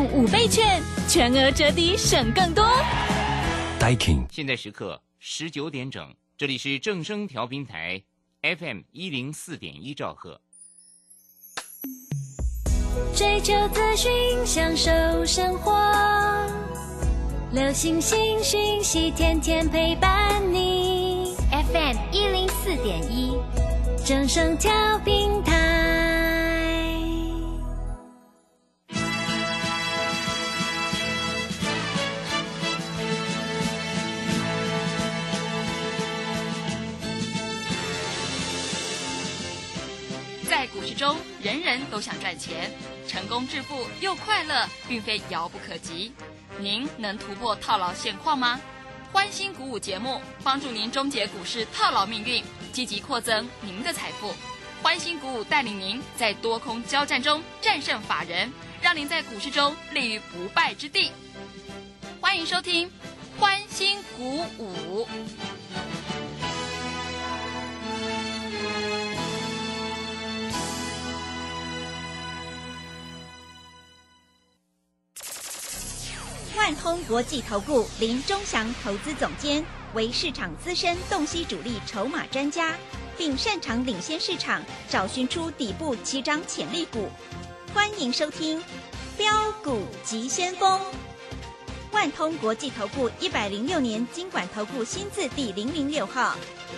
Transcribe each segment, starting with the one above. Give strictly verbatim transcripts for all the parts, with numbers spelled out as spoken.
五倍券，全额折抵省更多。 Daikin 现在时刻十九点整，这里是正声调频台 F M 一零四点一兆赫。 追求资讯，享受生活，流行新讯息，天天陪伴你。F M 一零四点一，正声调频台。 在股市中，人人都想赚钱，成功致富又快乐，并非遥不可及。您能突破套牢现况吗？欢欣鼓舞节目帮助您终结股市套牢命运，积极扩增您的财富。欢欣鼓舞带领您在多空交战中战胜法人，让您在股市中立于不败之地。欢迎收听欢欣鼓舞。 万通国际投顾林钟祥投资总监为市场资深洞悉主力筹码专家，并擅长领先市场，找寻出底部起涨潜力股。欢迎收听标股急先锋。万通国际投顾一百零六年金管投顾新字第零零六号。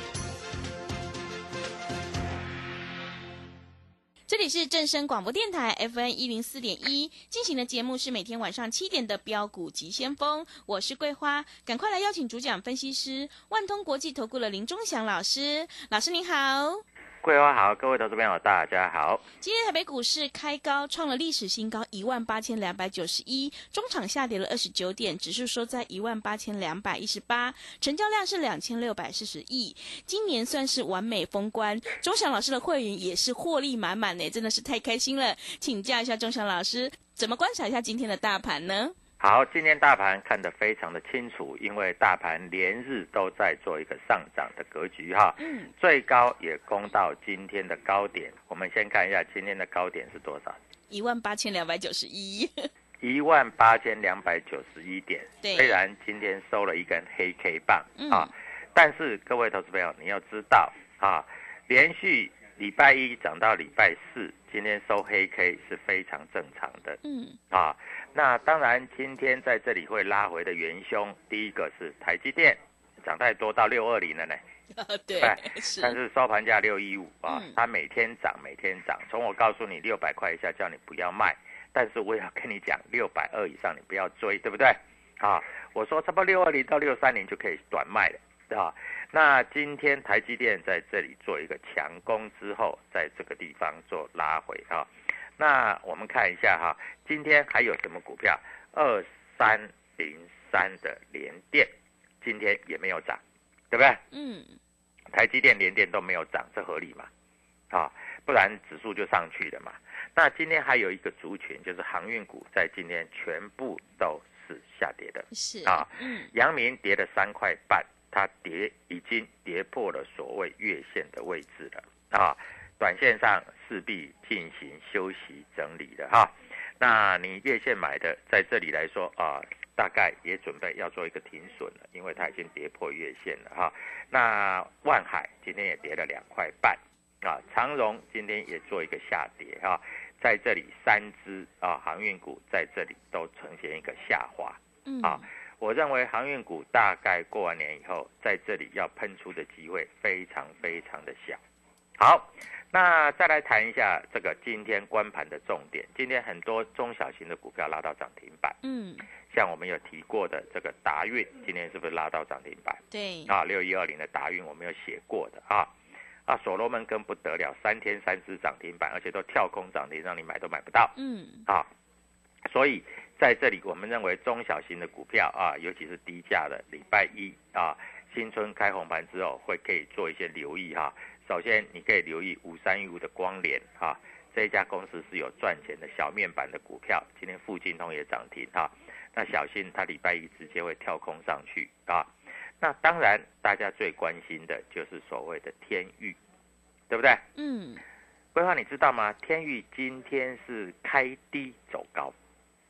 这里是正声广播电台 F M 一零四点一，进行的节目是每天晚上七点的标股急先锋，我是桂花，赶快来邀请主讲分析师万通国际投顾的林钟祥老师，老师您好。 桂花好，各位投资朋友大家好。 今天台北股市开高，创了历史新高一万八千两百九十一，中场下跌了二十九点，指数收在一万八千两百一十八，成交量是两千六百四十亿。今年算是完美封关，钟祥老师的会员也是获利满满呢，真的是太开心了。请教一下钟祥老师，怎么观察一下今天的大盘呢？ 好，今天大盘看得非常的清楚，因为大盘连日都在做一个上涨的格局哈，嗯，最高也攻到今天的高点。我们先看一下今天的高点是多少？ 一万八千两百九十一。 一万八千两百九十一点。 对， 虽然今天收了一根黑 K 棒、 嗯、 啊，但是各位投资朋友，你要知道啊，连续礼拜一涨到礼拜四，今天收黑 K 是非常正常的。嗯，啊。那当然，今天在这里会拉回的元凶，第一个是台积电涨太多到六二零了呢， 对， 是但是收盘价六一五啊，它每天涨每天涨，从我告诉你六百块以下叫你不要卖，但是我也要跟你讲六百二以上你不要追，对不对？啊，我说差不多六二零到六三零就可以短卖了啊。那今天台积电在这里做一个强攻之后，在这个地方做拉回啊。那我们看一下哈，今天还有什么股票？二三零三的联电，今天也没有涨，对不对？嗯，台积电、联电都没有涨，这合理吗？啊，不然指数就上去了嘛。那今天还有一个族群，就是航运股，在今天全部都是下跌的。 是啊，嗯，阳明跌了三块半，它跌已经跌破了所谓月线的位置了啊。短线上势必进行休息整理的哈，那你月线买的在这里来说啊、呃，大概也准备要做一个停损了，因为它已经跌破月线了哈。那万海今天也跌了两块半啊，长荣今天也做一个下跌啊，在这里三只啊航运股在这里都呈现一个下滑啊。我认为航运股大概过完年以后，在这里要喷出的机会非常非常的小。好。那再来谈一下这个今天观盘的重点。今天很多中小型的股票拉到涨停板，嗯，像我们有提过的这个达运，今天是不是拉到涨停板？ 对， 啊，六一二零的达运我们有写过的啊，啊，所罗门更不得了，三天三只涨停板，而且都跳空涨停，让你买都买不到，嗯，啊，所以在这里我们认为中小型的股票啊，尤其是低价的，礼拜一啊，新春开红盘之后会可以做一些留意哈、啊。首先，你可以留意五三一五的光联哈、啊，这一家公司是有赚钱的小面板的股票，今天富金通也涨停哈、啊，那小心它礼拜一直接会跳空上去啊。那当然，大家最关心的就是所谓的天钰，对不对？嗯。规划你知道吗？天钰今天是开低走高，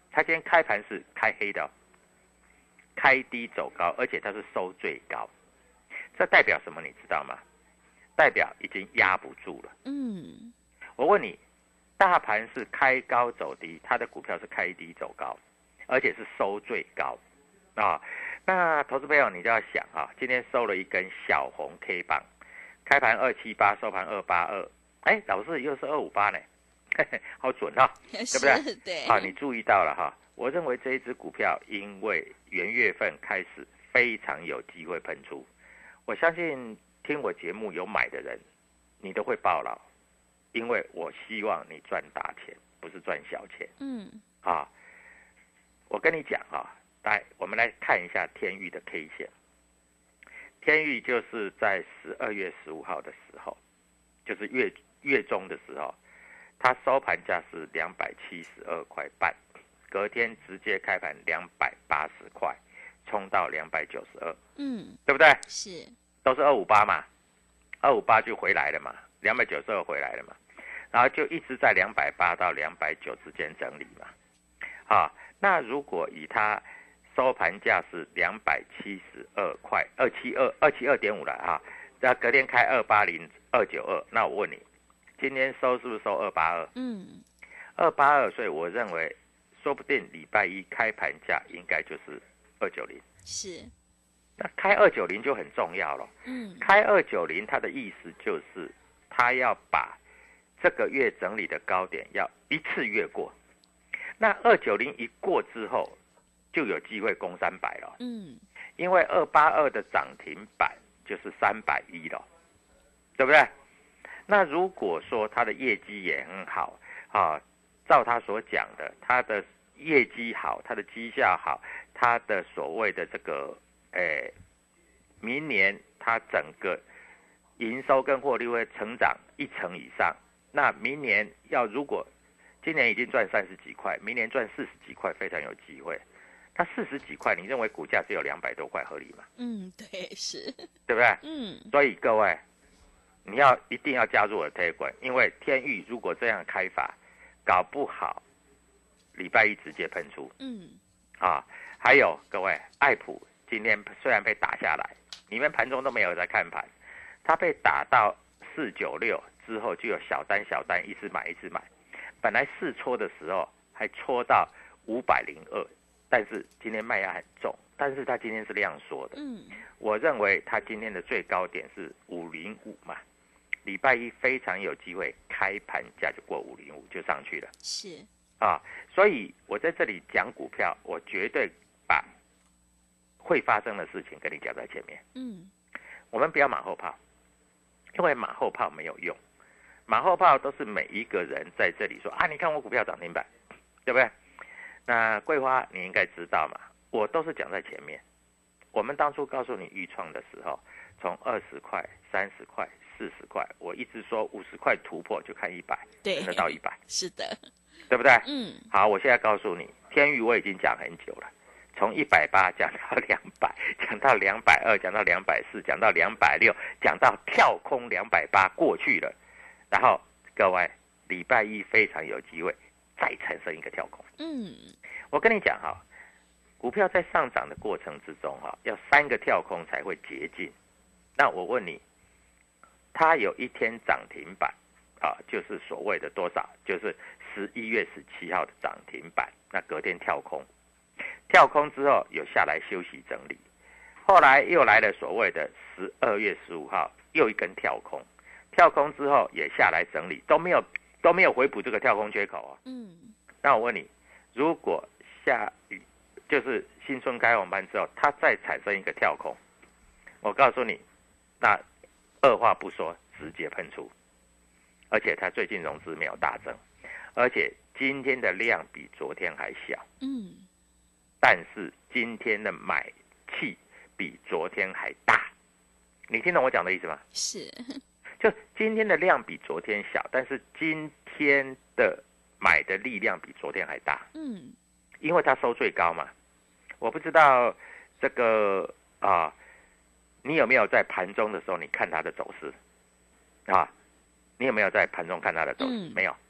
它今天开盘是开黑的、哦，开低走高，而且它是收最高，这代表什么？你知道吗？代表已经压不住了。 嗯， 我问你，大盘是开高走低，它的股票是开低走高，而且是收最高啊。那投资朋友你就要想啊，今天收了一根小红 K 棒，开盘二七八，收盘二八二，哎，老师又是二五八呢，嘿嘿，好准哈、哦，对不对？ 对， 好，你注意到了哈。我认为这一只股票因为元月份开始非常有机会喷出，我相信听我节目有买的人，你都会抱牢，因为我希望你赚大钱，不是赚小钱。 嗯， 啊，我跟你讲啊，来，我们来看一下天钰的 K 线。天钰就是在十二月十五号的时候，就是月月中的时候，它收盘价是两百七十二块半，隔天直接开盘两百八十块，冲到两百九十二， 嗯， 对不对？ 是， 都是二五八嘛，二五八就回来了嘛，两百九十二回来了嘛，然后就一直在两百八到两百九之间整理嘛。啊，那如果以它收盘价是两百七十二块，二七二二七二点五了哈，那隔天开二八零二九二，那我问你，今天收是不是收二八二？ 嗯， 二八二，所以我认为说不定礼拜一开盘价应该就是二九零。 是， 那开二九零就很重要了。 嗯， 开二九零，它的意思就是它要把这个月整理的高点要一次越过。那二九零一过之后，就有机会攻三百了。 嗯， 因为二八二的涨停板就是三百一了，对不对？那如果说它的业绩也很好啊，照他所讲的，它的业绩好，它的绩效好，它的所谓的这个，诶，明年它整个营收跟获利会成长一成以上。那明年要如果今年已经赚三十几块，明年赚四十几块，非常有机会。它四十几块，你认为股价只有两百多块合理吗？ 嗯，对，是， 对不对？ 嗯， 所以各位，你要一定要加入我的 Telegram， 因为天钰如果这样开法，搞不好礼拜一直接喷出。 嗯， 啊，还有各位，爱普今天虽然被打下来，你们盘中都没有在看盘，它被打到四九六之后，就有小单小单一直买一直买，本来试戳的时候还戳到五百零二。但是今天卖压很重，但是它今天是量缩的。 嗯， 我认为它今天的最高点是五零五嘛，礼拜一非常有机会开盘价就过五零五就上去了。 是啊，所以我在这里讲股票，我绝对把会发生的事情跟你讲在前面。 嗯， 我们不要马后炮，因为马后炮没有用，马后炮都是每一个人在这里说啊，你看我股票涨停板，对不对？那桂花你应该知道嘛，我都是讲在前面。我们当初告诉你预创的时候，从二十块、三十块、四十块，我一直说五十块突破就看一百， 对， 真的到一百， 是的， 对不对？ 嗯， 好，我现在告诉你，天钰我已经讲很久了，从一百八讲到两百，讲到两百二，讲到两百四，讲到两百六，讲到跳空两百八过去了，然后各位礼拜一非常有机会再产生一个跳空。 嗯， 我跟你讲哈，股票在上涨的过程之中哈，要三个跳空才会接近。那我问你，它有一天涨停板啊，就是所谓的多少？就是十一月十七号的涨停板。那隔天跳空，跳空之后有下来休息整理，后来又来了所谓的十二月十五号又一根跳空，跳空之后也下来整理，都没有都没有回补这个跳空缺口啊。 嗯， 那我问你，如果下雨就是新春开红盘之后，它再产生一个跳空，我告诉你，那二话不说直接喷出，而且它最近融资没有大增，而且今天的量比昨天还小， 嗯， 但是今天的买气比昨天还大，你听懂我讲的意思吗？ 是， 就今天的量比昨天小，但是今天的买的力量比昨天还大， 嗯， 因为它收最高嘛。我不知道这个啊，你有没有在盘中的时候你看它的走势啊？你有没有在盘中看它的走势？ 嗯、 没有。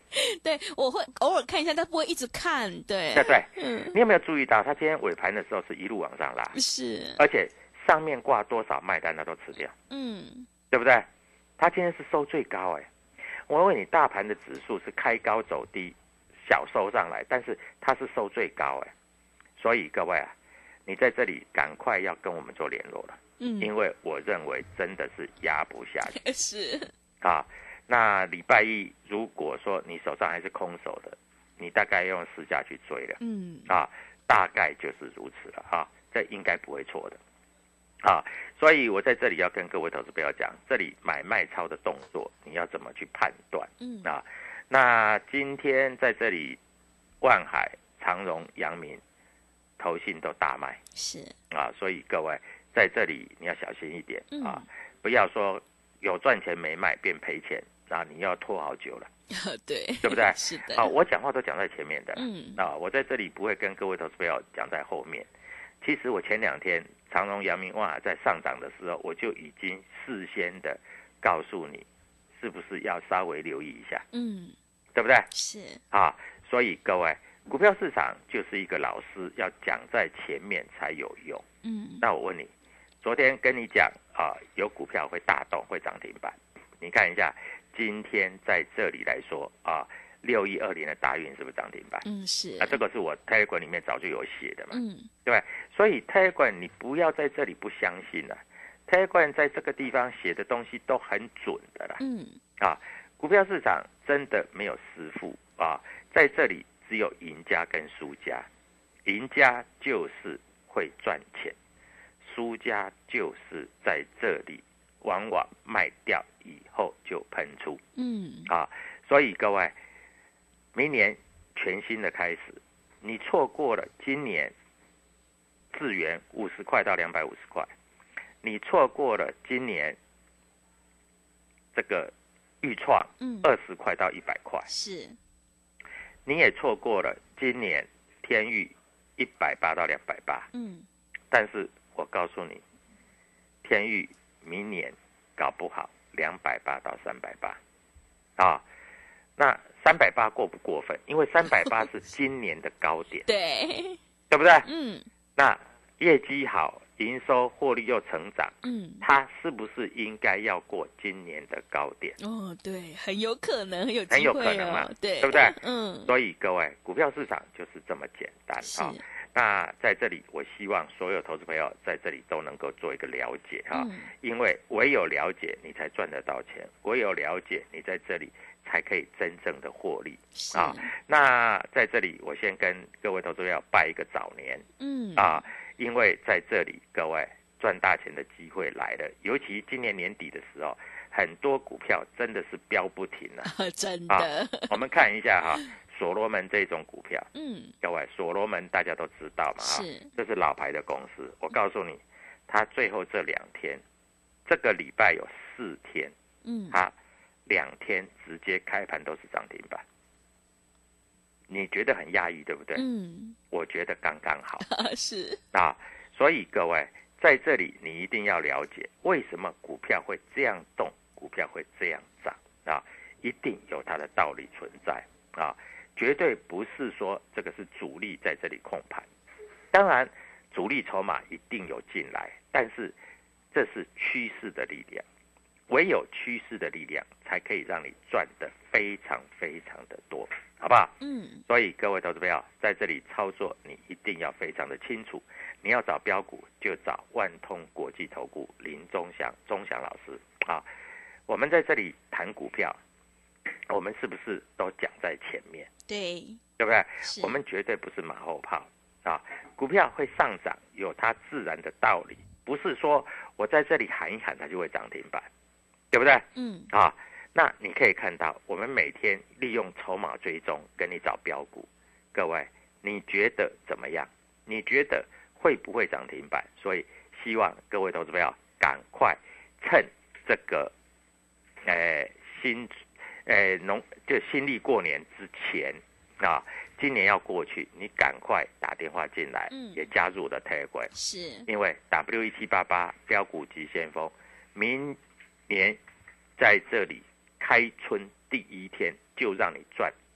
对，我会偶尔看一下，但不会一直看。对， 对对， 嗯， 你有没有注意到，它今天尾盘的时候是一路往上拉， 是， 而且上面挂多少卖单它都吃掉， 嗯， 对不对？它今天是收最高哎、欸，我问你，大盘的指数是开高走低，小收上来，但是它是收最高哎、欸，所以各位啊，你在这里赶快要跟我们做联络了， 嗯， 因为我认为真的是压不下去， 是啊。那礼拜一如果说你手上还是空手的，你大概用市价去追了， 嗯， 啊，大概就是如此了哈，这应该不会错的，啊，所以我在这里要跟各位投资朋友讲，这里买卖超的动作你要怎么去判断， 嗯啊，那今天在这里，万海、长荣、阳明、投信都大卖， 是啊，所以各位在这里你要小心一点啊， 嗯、 不要说有赚钱没卖变赔钱。那你要拖好久了， 对， 对不对？ 是的。 啊，我讲话都讲在前面的， 嗯， 啊，我在这里不会跟各位投资朋友讲在后面。其实我前两天长荣、阳明、万海在上涨的时候，我就已经事先的告诉你，是不是要稍微留意一下， 嗯， 对不对？ 是啊，所以各位，股票市场就是一个老师要讲在前面才有用。 嗯， 那我问你，昨天跟你讲啊，有股票会大动，会涨停板，你看一下。今天在这里来说啊，六一二零的大运是不是涨停板？ 嗯，是啊，这个是我 Telegram 里面早就有写的嘛， 嗯， 对吧？所以 Telegram 你不要在这里不相信了 ，Telegram 在这个地方写的东西都很准的啦， 嗯， 啊，股票市场真的没有师傅啊，在这里只有赢家跟输家，赢家就是会赚钱，输家就是在这里。往往卖掉以后就喷出， 嗯啊，所以各位，明年全新的开始，你错过了今年智原五十块到两百五十块，你错过了今年这个预创二十块到一百块， 是， 你也错过了今年天域一百八到两百八， 嗯， 但是我告诉你，天域。明年搞不好两百八到三百八，啊，那三百八过不过分？因为三百八是今年的高点， 对， 对不对？ 嗯， 那业绩好，营收获利又成长， 嗯， 它是不是应该要过今年的高点？ 哦，对，很有可能，很有很有机会可能嘛， 哦，对， 对不对？ 嗯， 所以各位，股票市场就是这么简单啊。那在这里，我希望所有投资朋友在这里都能够做一个了解哈、 嗯， 因为唯有了解，你才赚得到钱；唯有了解，你在这里才可以真正的获利啊。那在这里，我先跟各位投资朋友拜一个早年， 嗯啊，因为在这里各位赚大钱的机会来了，尤其今年年底的时候，很多股票真的是飙不停了、 啊，真的、 啊。我们看一下哈。所罗门这种股票， 嗯， 各位，所罗门大家都知道嘛，哈，这是老牌的公司。我告诉你，它最后这两天，这个礼拜有四天， 嗯， 它两天直接开盘都是涨停板，你觉得很压抑，对不对？ 嗯， 我觉得刚刚好， 是啊，所以各位在这里你一定要了解为什么股票会这样动，股票会这样涨啊，一定有它的道理存在啊。绝对不是说这个是主力在这里控盘，当然主力筹码一定有进来，但是这是趋势的力量，唯有趋势的力量才可以让你赚得非常非常的多，好不好？ 嗯， 所以各位投资朋友在这里操作，你一定要非常的清楚，你要找标股就找万通国际投顾林宗祥宗祥老师啊。我们在这里谈股票，我们是不是都讲在前面？ 对， 对不对？我们绝对不是马后炮啊！股票会上涨，有它自然的道理，不是说我在这里喊一喊它就会涨停板，对不对？ 嗯， 啊，那你可以看到，我们每天利用筹码追踪跟你找标股，各位，你觉得怎么样？你觉得会不会涨停板？所以希望各位投资朋友赶快趁这个，呃，新。呃，农就新历过年之前啊，今年要过去，你赶快打电话进来， 嗯、 也加入我的 Telegram， 是， 因为 W 一七八八标股急先锋，明年在这里开春第一天就让你赚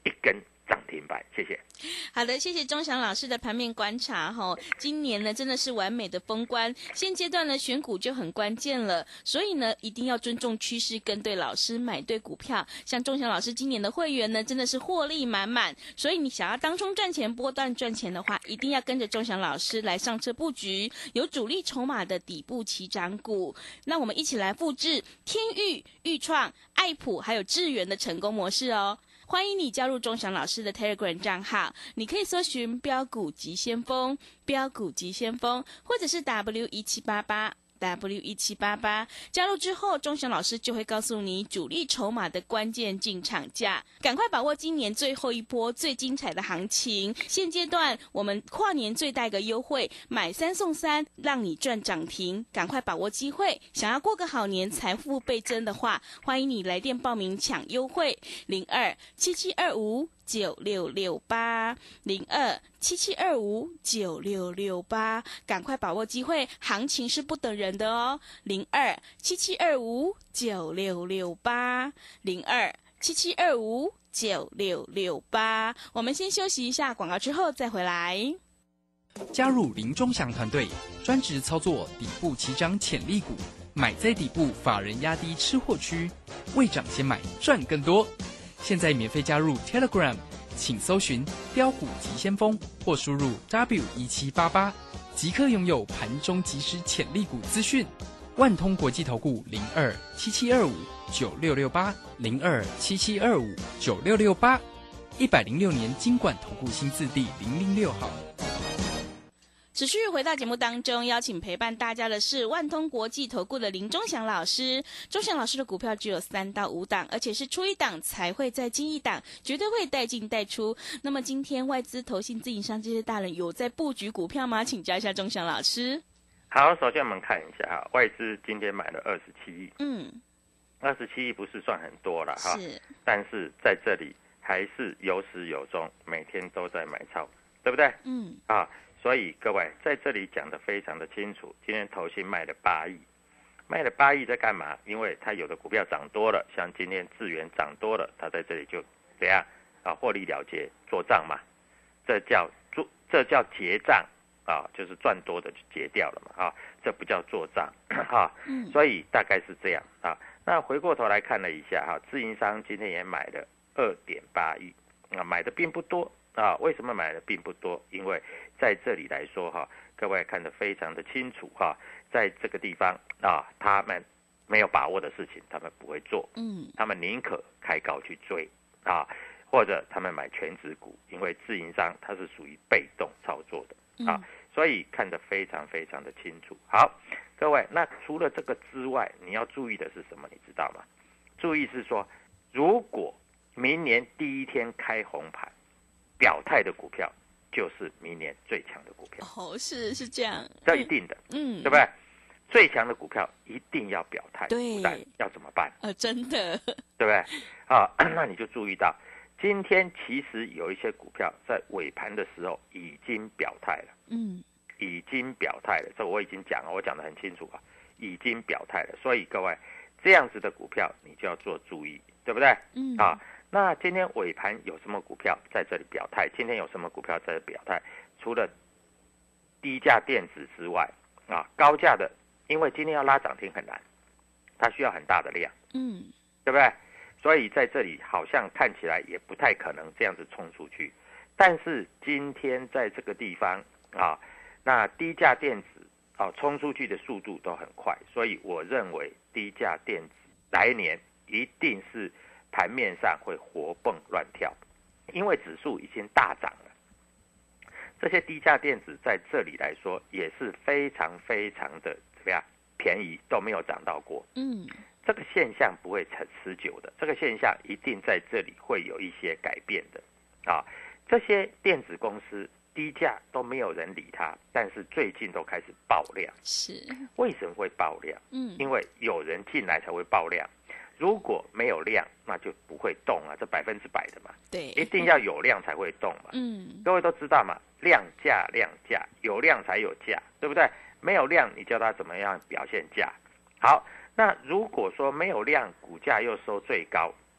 一根涨停板，谢谢。 好的，谢谢钟祥老师的盘面观察哈。今年呢真的是完美的封关，现阶段呢选股就很关键了，所以呢一定要尊重趋势，跟对老师，买对股票。像钟祥老师今年的会员呢真的是获利满满，所以你想要当冲赚钱、波段赚钱的话，一定要跟着钟祥老师来上车布局有主力筹码的底部起涨股。那我们一起来复制天钰、裕创、爱普还有智原的成功模式哦。欢迎你加入钟祥老师的 Telegram 账号，你可以搜寻标股急先锋、标股急先锋，或者是 W 一七八八。W 一七八八 加入之后，钟祥老师就会告诉你主力筹码的关键进场价，赶快把握今年最后一波最精彩的行情。现阶段我们跨年最大一个优惠，买三送三，让你赚涨停，赶快把握机会。想要过个好年，财富倍增的话，欢迎你来电报名抢优惠，零二七七二五九六六八零二七七二五九六六八，赶快把握机会，行情是不等人的哦。零二七七二五九六六八零二七七二五九六六八。我们先休息一下广告，之后再回来。 加入林钟祥团队，专职操作底部起涨潜力股，买在底部，法人压低吃货区，未涨先买赚更多。现在免费加入 Telegram， 请搜寻标股急先锋或输入 W 一七八八，即刻拥有盘中即时潜力股资讯。万通国际投顾零二七七二五九六六八零二七七二五九六六八，一百零六年金管投顾新字第零零六号。 持续回到节目当中，邀请陪伴大家的是万通国际投顾的林钟祥老师。钟祥老师的股票只有三到五档，而且是出一档才会再进一档，绝对会带进带出。那么今天外资、投信、自营商这些大人有在布局股票吗？请教一下钟祥老师。 好，首先我们看一下哈，外资今天买了二十七亿， 嗯， 二十七亿不是算很多了哈， 是， 但是在这里还是有始有终，每天都在买超，对不对？ 嗯， 啊。所以各位在这里讲得非常的清楚，今天投信卖了八亿，卖了八亿在干嘛？因为它有的股票涨多了，像今天智原涨多了，它在这里就怎样啊？获利了结做账嘛，这叫做这叫结账啊，就是赚多的就结掉了嘛啊，这不叫做账啊。 嗯， 所以大概是这样啊。那回过头来看了一下哈，自营商今天也买了二点八亿啊，买的并不多。啊，为什么买的并不多？因为在这里来说哈，各位看得非常的清楚哈，在这个地方啊，他们没有把握的事情，他们不会做， 嗯， 他们宁可开高去追啊，或者他们买全指股，因为自营商它是属于被动操作的啊，所以看得非常非常的清楚。好，各位，那除了这个之外，你要注意的是什么？你知道吗？注意是说，如果明年第一天开红盘，表态的股票就是明年最强的股票。 哦，是是这样， 这一定的， 嗯， 对不对？最强的股票一定要表态， 对， 不然要怎么办？ 呃，真的， 对不对？啊，那你就注意到，今天其实有一些股票在尾盘的时候已经表态了， 嗯， 已经表态了，这我已经讲了，我讲得很清楚啊，已经表态了。所以各位，这样子的股票你就要做注意，对不对？ 嗯， 啊。那今天尾盘有什么股票在这里表态？今天有什么股票在这里表态？除了低价电子之外，啊，高价的，因为今天要拉涨停很难，它需要很大的量， 嗯， 对不对？所以在这里好像看起来也不太可能这样子冲出去。但是今天在这个地方啊，那低价电子啊冲出去的速度都很快，所以我认为低价电子来年一定是盘面上会活蹦乱跳，因为指数已经大涨了。这些低价电子在这里来说也是非常非常的怎么样便宜，都没有涨到过。 嗯， 这个现象不会很持久的，这个现象一定在这里会有一些改变的啊。这些电子公司低价都没有人理它，但是最近都开始爆量。 是， 为什么会爆量？ 嗯， 因为有人进来才会爆量。如果没有量，那就不会动啊，这百分之百的嘛。 对， 一定要有量才会动嘛。 嗯， 各位都知道嘛，量价量价，有量才有价，对不对？没有量，你叫它怎么样表现价？好，那如果说没有量，股价又收最高，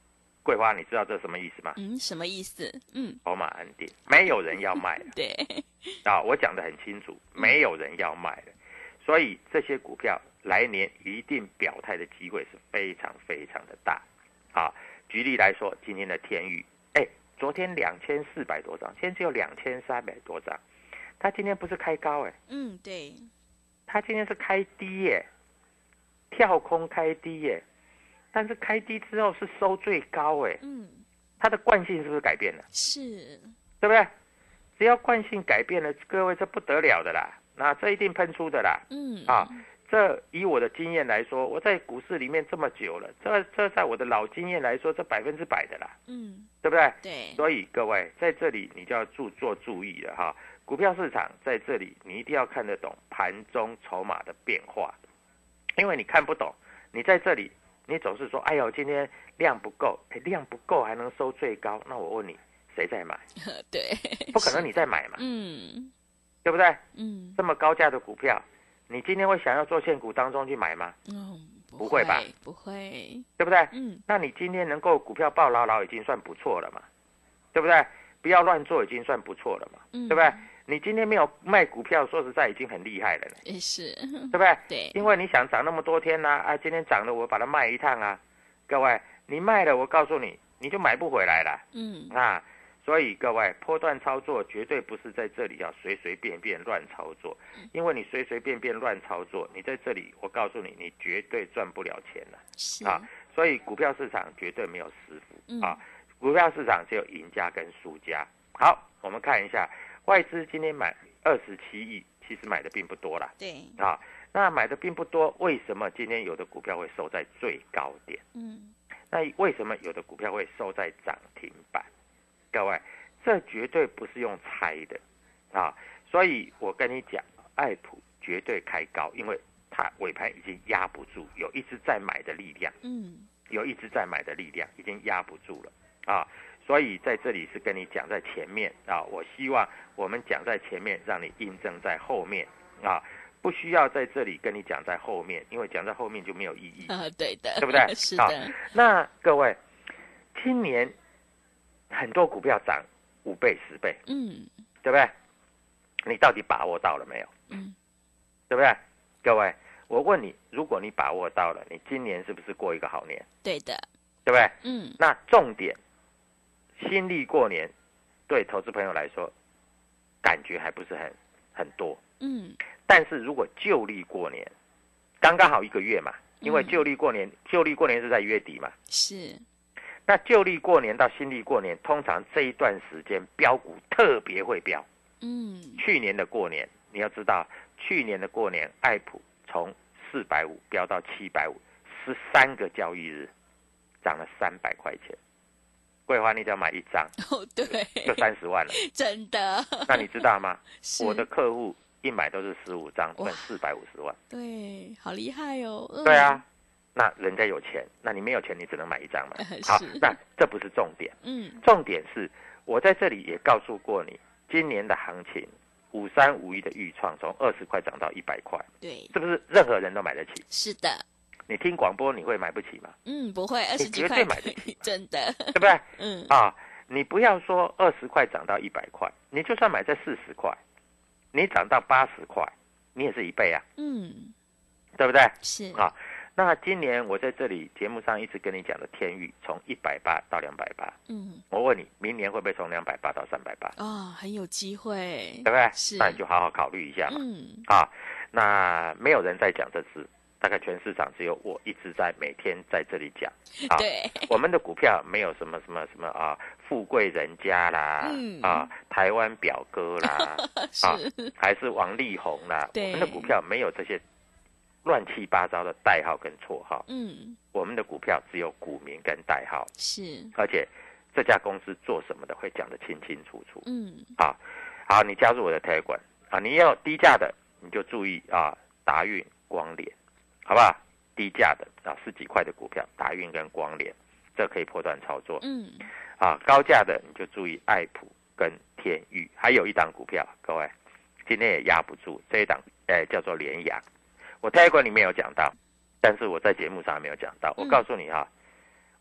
桂花，你知道这什么意思吗？ 嗯，什么意思？嗯， 筹码安定，没有人要卖了。 对， 啊，我讲得很清楚，没有人要卖了，所以这些股票来年一定表态的机会是非常非常的大。啊，举例来说，今天的天钰，哎，昨天两千四百多张，现在只有两千三百多张，它今天不是开高哎， 嗯，对， 它今天是开低耶，跳空开低耶，但是开低之后是收最高哎， 嗯， 它的惯性是不是改变了？ 是， 对不对？只要惯性改变了，各位这不得了的啦，那这一定喷出的啦， 嗯， 啊，这以我的经验来说，我在股市里面这么久了，这这在我的老经验来说，这百分之百的啦， 嗯， 对不对？ 对， 所以各位在这里你就要注做注意了哈，股票市场在这里你一定要看得懂盘中筹码的变化，因为你看不懂，你在这里你总是说，哎呦，今天量不够，哎，量不够还能收最高，那我问你，谁在买？ 对， 不可能你在买嘛， 嗯， 对不对？ 嗯， 这么高价的股票，你今天会想要做现股当中去买吗？ 嗯， 不会吧？ 不会， 对不对？ 嗯， 那你今天能够股票抱牢牢已经算不错了嘛，对不对？不要乱做已经算不错了嘛， 嗯， 对不对？你今天没有卖股票，说实在已经很厉害了呢， 也是， 对不对？ 对， 因为你想涨那么多天呢、啊，啊，今天涨了我把它卖一趟啊，各位，你卖了我告诉你，你就买不回来了， 嗯， 啊。所以各位，波段操作绝对不是在这里要随随便便乱操作，因为你随随便便乱操作，你在这里，我告诉你，你绝对赚不了钱了， 是啊。所以股票市场绝对没有师傅、 嗯、 啊，股票市场只有赢家跟输家。好，我们看一下外资今天买二十七亿，其实买的并不多啦， 对， 啊，那买的并不多，为什么今天有的股票会收在最高点？ 嗯， 那为什么有的股票会收在涨停板？各位，这绝对不是用猜的啊！所以我跟你讲，爱普绝对开高，因为它尾盘已经压不住，有一直在买的力量， 嗯， 有一直在买的力量已经压不住了啊！所以在这里是跟你讲在前面啊，我希望我们讲在前面，让你印证在后面啊，不需要在这里跟你讲在后面，因为讲在后面就没有意义啊，对的， 对不对？ 是的。 啊、那各位，今年很多股票涨五倍、十倍， 嗯， 对不对？你到底把握到了没有？ 嗯， 对不对？各位，我问你，如果你把握到了，你今年是不是过一个好年？ 对的， 对不对？ 嗯， 那重点，新历过年，对投资朋友来说，感觉还不是很很多， 嗯， 但是如果旧历过年，刚刚好一个月嘛，因为旧历过年，旧历过年是在月底嘛， 是。 那旧历过年到新历过年，通常这一段时间标股特别会标。 嗯， 去年的过年，你要知道，去年的过年，爱普从四百五飙到七百五，十三个交易日，涨了三百块钱。桂花，你只要买一张， 哦，对， 就三十万了， 真的。 那你知道吗？我的客户一买都是十五张，赚四百五十万。 对，好厉害哦。嗯、 对啊。那人家有钱，那你没有钱，你只能买一张嘛。好，那这不是重点， 嗯， 重点是我在这里也告诉过你，今年的行情五三五一的预创从二十块涨到一百块， 对， 是不是任何人都买得起？ 是的。 你听广播你会买不起吗？ 嗯，不会，二十几块绝对买得起， 真的， 对不对？ 嗯啊，你不要说二十块涨到一百块，你就算买在四十块，你涨到八十块，你也是一倍啊， 嗯， 对不对？ 是啊。那今年我在这里节目上一直跟你讲的天钰从一百八到两百八， 嗯， 我问你，明年会不会从两百八到三百八？ 哦，很有机会， 对不对？ 是， 那你就好好考虑一下嘛。 嗯， 啊，那没有人在讲这事，大概全市场只有我一直在每天在这里讲。啊， 对， 我们的股票没有什么什么什么啊，富贵人家啦， 嗯、 啊，台湾表哥啦，啊，还是王力宏啦，我们的股票没有这些乱七八糟的代号跟绰号， 嗯， 我们的股票只有股名跟代号， 是， 而且这家公司做什么的会讲得清清楚楚， 嗯， 好，好，你加入我的Telegram啊，你要低价的你就注意啊，达运、光联，好不好？低价的啊，十几块的股票，达运跟光联，这可以波段操作， 嗯， 啊，高价的你就注意爱普跟天钰，还有一档股票，各位今天也压不住，这一档哎叫做联阳。我Telegram里面有讲到，但是我在节目上没有讲到。我告诉你哈，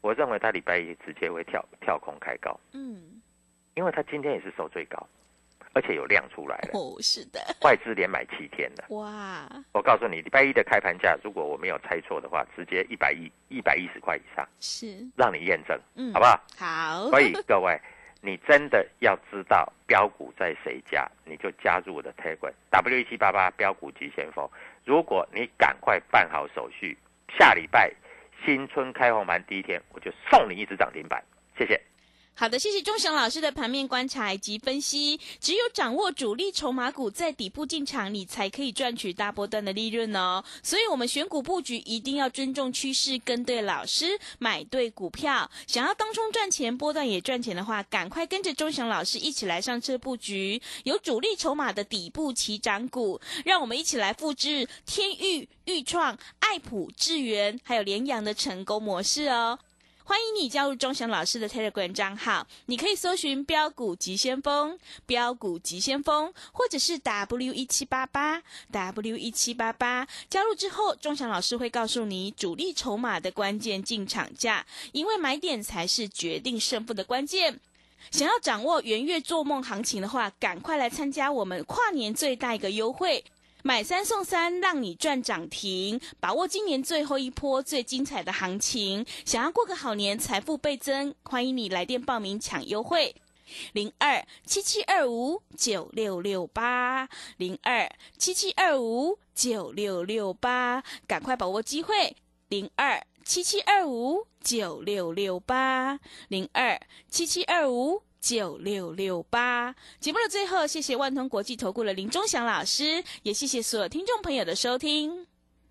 我认为它礼拜一直接会跳跳空开高， 嗯， 因为它今天也是收最高，而且有量出来了。 哦，是的， 外资连买七天了。 哇！ 我告诉你，礼拜一的开盘价，如果我没有猜错的话，直接一百一一百一十块以上， 是让你验证， 嗯， 好不好？ 好。 所以各位，你真的要知道标股在谁家，你就加入我的 Telegram W 一七八八标股急先锋。如果你赶快办好手续，下礼拜新春开红盘第一天，我就送你一只涨停板。谢谢。 好的，谢谢钟祥老师的盘面观察以及分析。只有掌握主力筹码股在底部进场，你才可以赚取大波段的利润哦。所以我们选股布局一定要尊重趋势，跟对老师，买对股票。想要当冲赚钱，波段也赚钱的话，赶快跟着钟祥老师一起来上车布局有主力筹码的底部起涨股。让我们一起来复制天钰、裕创、爱普、智原还有联阳的成功模式哦。欢迎你加入钟祥老师的 Telegram 账号，你可以搜寻标股急先锋、标股急先锋，或者是 W 一七八八 W 一七八八。加入之后，钟祥老师会告诉你主力筹码的关键进场价，因为买点才是决定胜负的关键。想要掌握元月做梦行情的话，赶快来参加我们跨年最大一个优惠。买三送三，让你赚涨停，把握今年最后一波最精彩的行情。想要过个好年，财富倍增，欢迎你来电报名抢优惠。零二七七二五九六六八，零二七七二五九六六八，赶快把握机会。零二七七二五九六六八，零二七七二五。九六六八。节目的最后，谢谢万通国际投顾的林钟祥老师，也谢谢所有听众朋友的收听。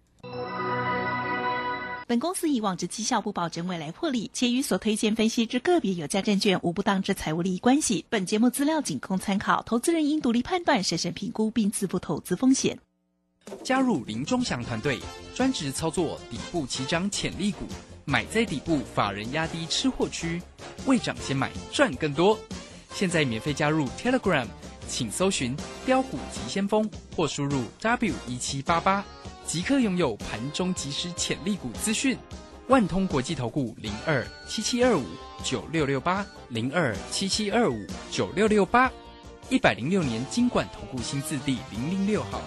本公司以往之绩效不保证未来获利，且与所推荐分析之个别有价证券无不当之财务利益关系。本节目资料仅供参考，投资人应独立判断、审慎评估并自负投资风险。 加入林钟祥团队，专职操作底部起涨潜力股，买在底部，法人压低吃货区，未涨先买赚更多。现在免费加入 Telegram， 请搜寻标股急先锋或输入 W 一七八八，即刻拥有盘中即时潜力股资讯。万通国际投顾零二七七二五九六六八零二七七二五九六六八，一百零六年金管投顾新字第零零六号。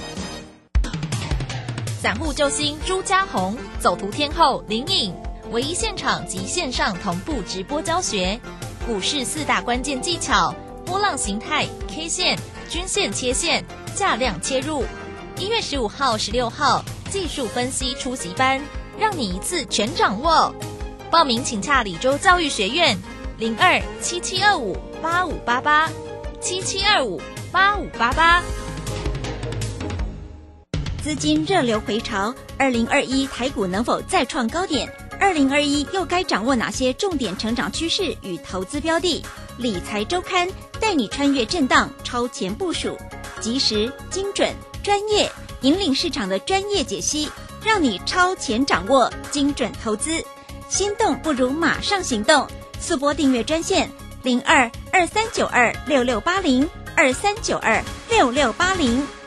散户救星朱家红，走图天后林颖，唯一现场及线上同步直播教学，股市四大关键技巧：波浪形态、K 线、均线切线、价量切入。一月十五号、十六号技术分析出席班，让你一次全掌握。报名请洽李州教育学院零二七七二五八五八八七七二五八五八八。 资金热流回潮，二零二一台股能否再创高点？二零二一又该掌握哪些重点成长趋势与投资标的？理财周刊带你穿越震荡，超前部署，及时、精准、专业，引领市场的专业解析，让你超前掌握精准投资。心动不如马上行动，速拨订阅专线零二二三九二六六八零二三九二六六八零。